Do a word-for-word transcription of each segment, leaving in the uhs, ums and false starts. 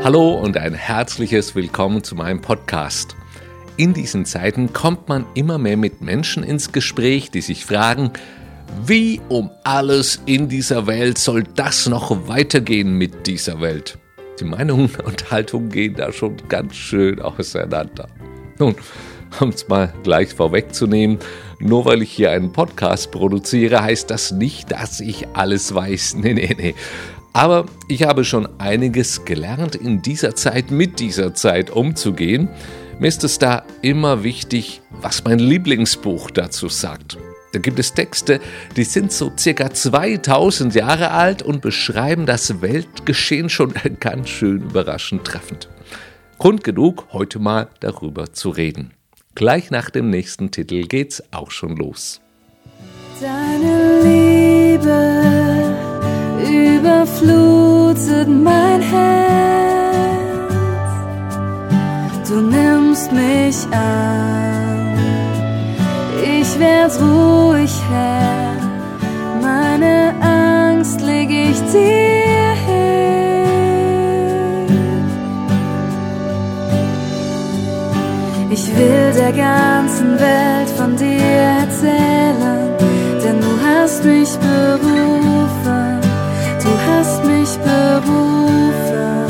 Hallo und ein herzliches Willkommen zu meinem Podcast. In diesen Zeiten kommt man immer mehr mit Menschen ins Gespräch, die sich fragen, wie um alles in dieser Welt soll das noch weitergehen mit dieser Welt? Die Meinungen und Haltungen gehen da schon ganz schön auseinander. Nun, um es mal gleich vorwegzunehmen, nur weil ich hier einen Podcast produziere, heißt das nicht, dass ich alles weiß. Nee, nee, nee. Aber ich habe schon einiges gelernt, in dieser Zeit mit dieser Zeit umzugehen. Mir ist es da immer wichtig, was mein Lieblingsbuch dazu sagt. Da gibt es Texte, die sind so circa zweitausend Jahre alt und beschreiben das Weltgeschehen schon ganz schön überraschend treffend. Grund genug, heute mal darüber zu reden. Gleich nach dem nächsten Titel geht's auch schon los. Deine Liebe überflutet mein Herz. Du nimmst mich an. Ich werd ruhig, Herr. Meine Angst leg ich dir hin. Ich will der ganzen Welt von dir erzählen, denn du hast mich berufen, du hast mich berufen.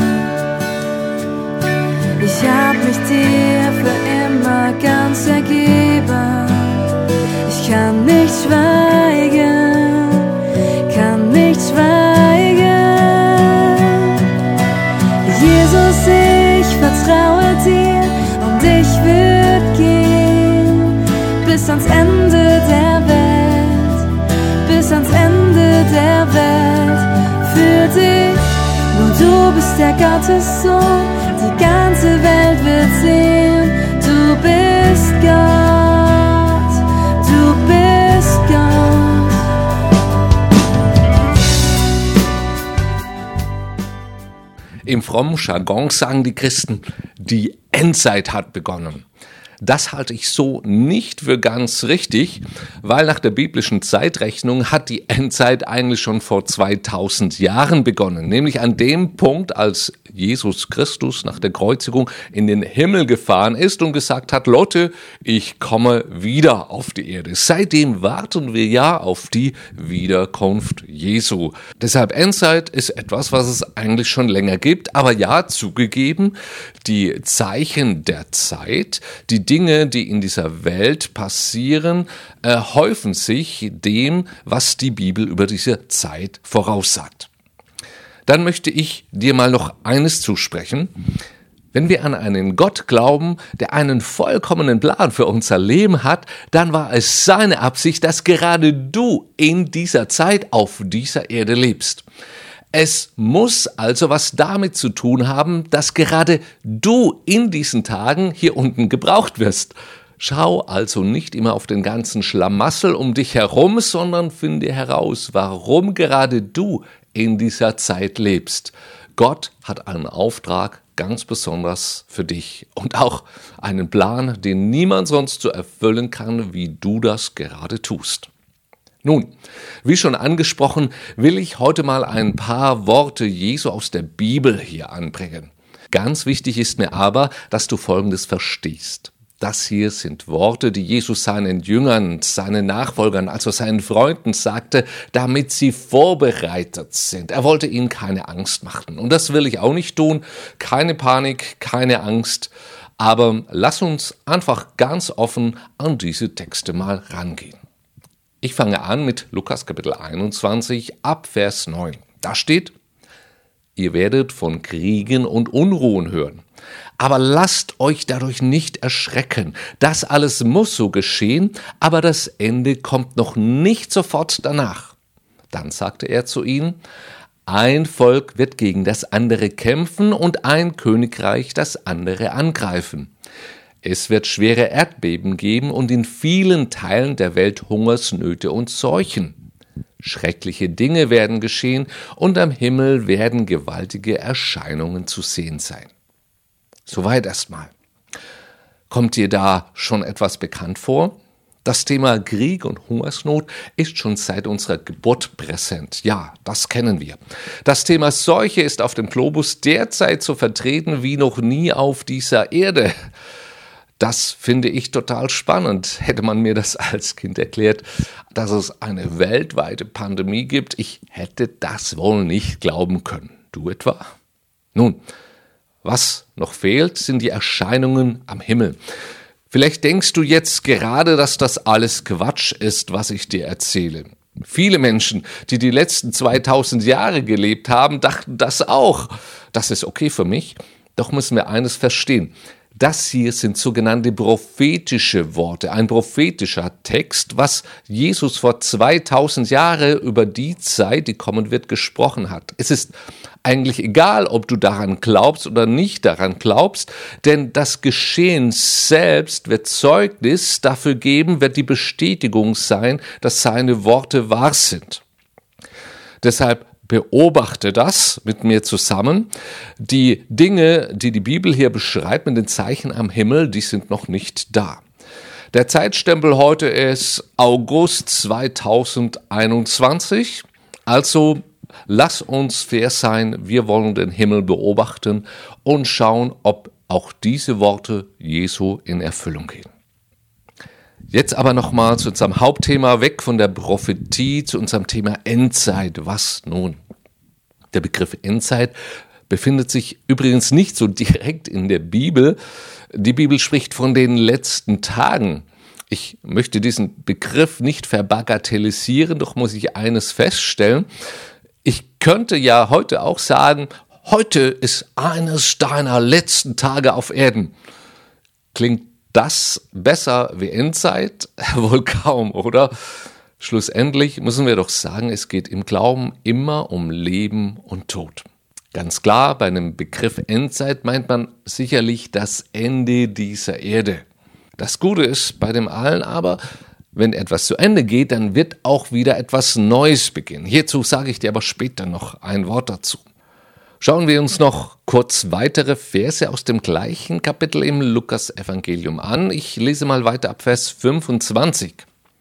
Ich hab mich dir für immer ganz ergeben. Ich kann nicht schweigen, kann nicht schweigen. Jesus, ich vertraue dir und ich würd gehen bis ans Ende der Welt, bis ans Ende der Welt. Für dich, nur du bist der Gottessohn, die ganze Welt wird sehen, du bist Gott, du bist Gott. Im frommen Jargon sagen die Christen, die Endzeit hat begonnen. Das halte ich so nicht für ganz richtig, weil nach der biblischen Zeitrechnung hat die Endzeit eigentlich schon vor zweitausend Jahren begonnen, nämlich an dem Punkt, als Jesus Christus nach der Kreuzigung in den Himmel gefahren ist und gesagt hat, Leute, ich komme wieder auf die Erde. Seitdem warten wir ja auf die Wiederkunft Jesu. Deshalb Endzeit ist etwas, was es eigentlich schon länger gibt, aber ja, zugegeben, die Zeichen der Zeit, die Dinge, die in dieser Welt passieren, äh, häufen sich dem, was die Bibel über diese Zeit voraussagt. Dann möchte ich dir mal noch eines zusprechen. Wenn wir an einen Gott glauben, der einen vollkommenen Plan für unser Leben hat, dann war es seine Absicht, dass gerade du in dieser Zeit auf dieser Erde lebst. Es muss also was damit zu tun haben, dass gerade du in diesen Tagen hier unten gebraucht wirst. Schau also nicht immer auf den ganzen Schlamassel um dich herum, sondern finde heraus, warum gerade du in dieser Zeit lebst. Gott hat einen Auftrag ganz besonders für dich und auch einen Plan, den niemand sonst so erfüllen kann, wie du das gerade tust. Nun, wie schon angesprochen, will ich heute mal ein paar Worte Jesu aus der Bibel hier anbringen. Ganz wichtig ist mir aber, dass du Folgendes verstehst. Das hier sind Worte, die Jesus seinen Jüngern, seinen Nachfolgern, also seinen Freunden sagte, damit sie vorbereitet sind. Er wollte ihnen keine Angst machen. Und das will ich auch nicht tun. Keine Panik, keine Angst. Aber lass uns einfach ganz offen an diese Texte mal rangehen. Ich fange an mit Lukas Kapitel einundzwanzig ab Vers neun. Da steht, ihr werdet von Kriegen und Unruhen hören. Aber lasst euch dadurch nicht erschrecken. Das alles muss so geschehen, aber das Ende kommt noch nicht sofort danach. Dann sagte er zu ihnen, ein Volk wird gegen das andere kämpfen und ein Königreich das andere angreifen. Es wird schwere Erdbeben geben und in vielen Teilen der Welt Hungersnöte und Seuchen. Schreckliche Dinge werden geschehen und am Himmel werden gewaltige Erscheinungen zu sehen sein. Soweit erstmal. Kommt dir da schon etwas bekannt vor? Das Thema Krieg und Hungersnot ist schon seit unserer Geburt präsent. Ja, das kennen wir. Das Thema Seuche ist auf dem Globus derzeit so vertreten wie noch nie auf dieser Erde. Das finde ich total spannend. Hätte man mir das als Kind erklärt, dass es eine weltweite Pandemie gibt, ich hätte das wohl nicht glauben können. Du etwa? Nun, was noch fehlt, sind die Erscheinungen am Himmel. Vielleicht denkst du jetzt gerade, dass das alles Quatsch ist, was ich dir erzähle. Viele Menschen, die die letzten zweitausend Jahre gelebt haben, dachten das auch. Das ist okay für mich, doch müssen wir eines verstehen. Das hier sind sogenannte prophetische Worte, ein prophetischer Text, was Jesus vor zweitausend Jahren über die Zeit, die kommen wird, gesprochen hat. Es ist eigentlich egal, ob du daran glaubst oder nicht daran glaubst, denn das Geschehen selbst wird Zeugnis dafür geben, wird die Bestätigung sein, dass seine Worte wahr sind. Deshalb beobachte das mit mir zusammen. Die Dinge, die die Bibel hier beschreibt mit den Zeichen am Himmel, die sind noch nicht da. Der Zeitstempel heute ist August zweitausendeinundzwanzig. Also lass uns fair sein. Wir wollen den Himmel beobachten und schauen, ob auch diese Worte Jesu in Erfüllung gehen. Jetzt aber nochmal zu unserem Hauptthema, weg von der Prophetie zu unserem Thema Endzeit. Was nun? Der Begriff Endzeit befindet sich übrigens nicht so direkt in der Bibel. Die Bibel spricht von den letzten Tagen. Ich möchte diesen Begriff nicht verbagatellisieren, doch muss ich eines feststellen. Ich könnte ja heute auch sagen, heute ist eines deiner letzten Tage auf Erden. Klingt das besser wie Endzeit? Wohl kaum, oder? Schlussendlich müssen wir doch sagen, es geht im Glauben immer um Leben und Tod. Ganz klar, bei einem Begriff Endzeit meint man sicherlich das Ende dieser Erde. Das Gute ist bei dem allen aber, wenn etwas zu Ende geht, dann wird auch wieder etwas Neues beginnen. Hierzu sage ich dir aber später noch ein Wort dazu. Schauen wir uns noch kurz weitere Verse aus dem gleichen Kapitel im Lukas-Evangelium an. Ich lese mal weiter ab Vers fünfundzwanzig.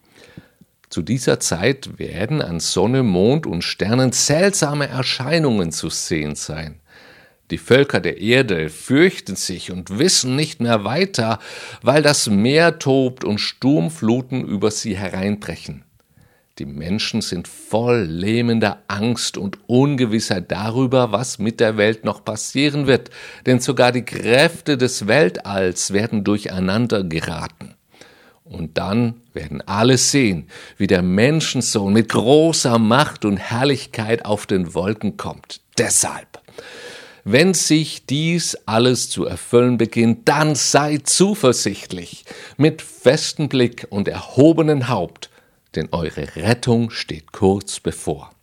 Zu dieser Zeit werden an Sonne, Mond und Sternen seltsame Erscheinungen zu sehen sein. Die Völker der Erde fürchten sich und wissen nicht mehr weiter, weil das Meer tobt und Sturmfluten über sie hereinbrechen. Die Menschen sind voll lähmender Angst und Ungewissheit darüber, was mit der Welt noch passieren wird, denn sogar die Kräfte des Weltalls werden durcheinander geraten. Und dann werden alle sehen, wie der Menschensohn mit großer Macht und Herrlichkeit auf den Wolken kommt. Deshalb, wenn sich dies alles zu erfüllen beginnt, dann seid zuversichtlich, mit festem Blick und erhobenem Haupt, denn eure Rettung steht kurz bevor.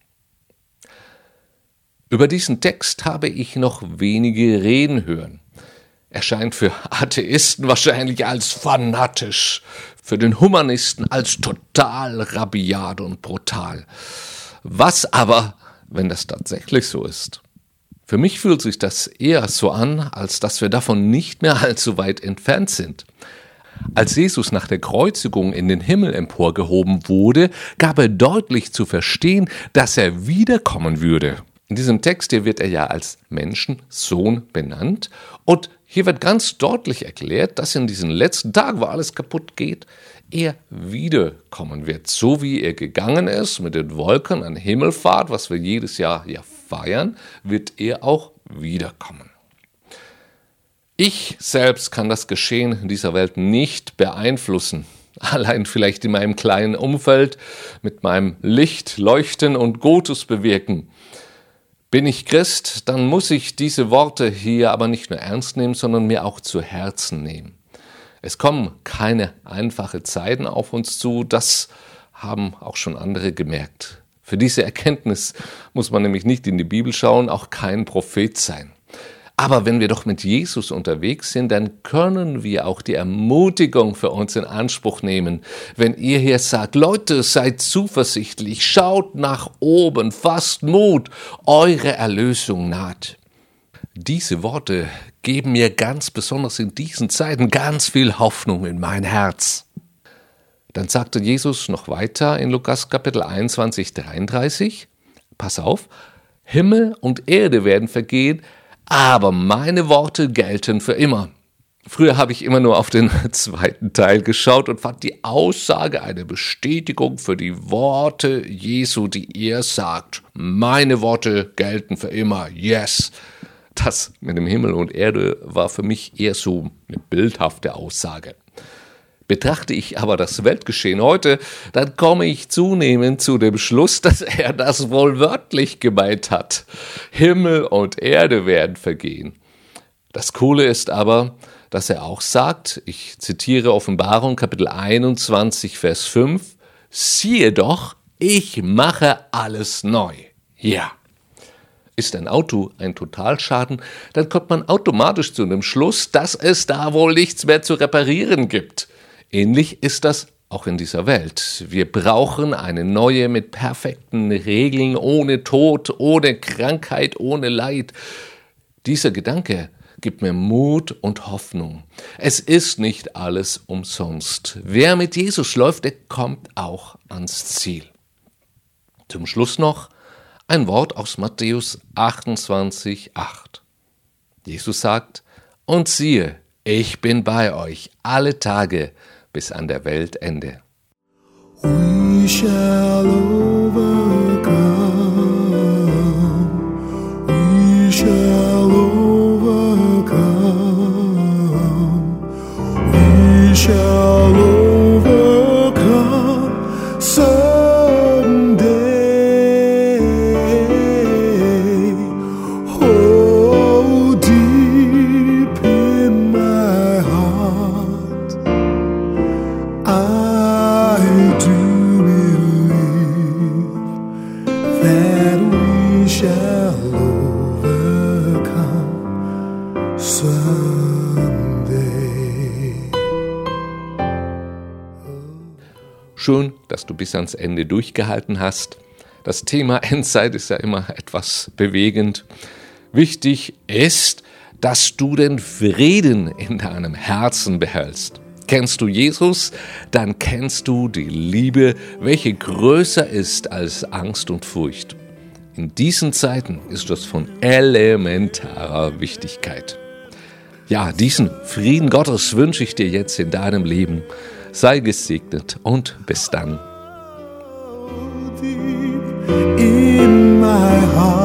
Über diesen Text habe ich noch wenige reden hören. Er scheint für Atheisten wahrscheinlich als fanatisch, für den Humanisten als total rabiat und brutal. Was aber, wenn das tatsächlich so ist? Für mich fühlt sich das eher so an, als dass wir davon nicht mehr allzu weit entfernt sind. Als Jesus nach der Kreuzigung in den Himmel emporgehoben wurde, gab er deutlich zu verstehen, dass er wiederkommen würde. In diesem Text hier wird er ja als Menschensohn benannt und hier wird ganz deutlich erklärt, dass in diesen letzten Tagen, wo alles kaputt geht, er wiederkommen wird. So wie er gegangen ist mit den Wolken an Himmelfahrt, was wir jedes Jahr ja feiern, wird er auch wiederkommen. Ich selbst kann das Geschehen in dieser Welt nicht beeinflussen. Allein vielleicht in meinem kleinen Umfeld mit meinem Licht leuchten und Gutes bewirken. Bin ich Christ, dann muss ich diese Worte hier aber nicht nur ernst nehmen, sondern mir auch zu Herzen nehmen. Es kommen keine einfachen Zeiten auf uns zu, das haben auch schon andere gemerkt. Für diese Erkenntnis muss man nämlich nicht in die Bibel schauen, auch kein Prophet sein. Aber wenn wir doch mit Jesus unterwegs sind, dann können wir auch die Ermutigung für uns in Anspruch nehmen. Wenn ihr hier sagt, Leute, seid zuversichtlich, schaut nach oben, fasst Mut, eure Erlösung naht. Diese Worte geben mir ganz besonders in diesen Zeiten ganz viel Hoffnung in mein Herz. Dann sagte Jesus noch weiter in Lukas Kapitel einundzwanzig, dreiunddreißig, pass auf, Himmel und Erde werden vergehen, aber meine Worte gelten für immer. Früher habe ich immer nur auf den zweiten Teil geschaut und fand die Aussage eine Bestätigung für die Worte Jesu, die er sagt. Meine Worte gelten für immer. Yes. Das mit dem Himmel und Erde war für mich eher so eine bildhafte Aussage. Betrachte ich aber das Weltgeschehen heute, dann komme ich zunehmend zu dem Schluss, dass er das wohl wörtlich gemeint hat. Himmel und Erde werden vergehen. Das Coole ist aber, dass er auch sagt, ich zitiere Offenbarung Kapitel einundzwanzig, Vers fünf, siehe doch, ich mache alles neu. Ja. Ist ein Auto ein Totalschaden, dann kommt man automatisch zu dem Schluss, dass es da wohl nichts mehr zu reparieren gibt. Ähnlich ist das auch in dieser Welt. Wir brauchen eine neue mit perfekten Regeln, ohne Tod, ohne Krankheit, ohne Leid. Dieser Gedanke gibt mir Mut und Hoffnung. Es ist nicht alles umsonst. Wer mit Jesus läuft, der kommt auch ans Ziel. Zum Schluss noch ein Wort aus Matthäus achtundzwanzig, acht. Jesus sagt, und siehe, ich bin bei euch alle Tage bis an der Weltende. We shall overcome. We shall overcome. We shall overcome someday. Oh, deep in my heart, I do believe that we shall overcome someday. Schön, dass du bis ans Ende durchgehalten hast. Das Thema Endzeit ist ja immer etwas bewegend. Wichtig ist, dass du den Frieden in deinem Herzen behältst. Kennst du Jesus, dann kennst du die Liebe, welche größer ist als Angst und Furcht. In diesen Zeiten ist das von elementarer Wichtigkeit. Ja, diesen Frieden Gottes wünsche ich dir jetzt in deinem Leben. Sei gesegnet und bis dann. Deep in my heart.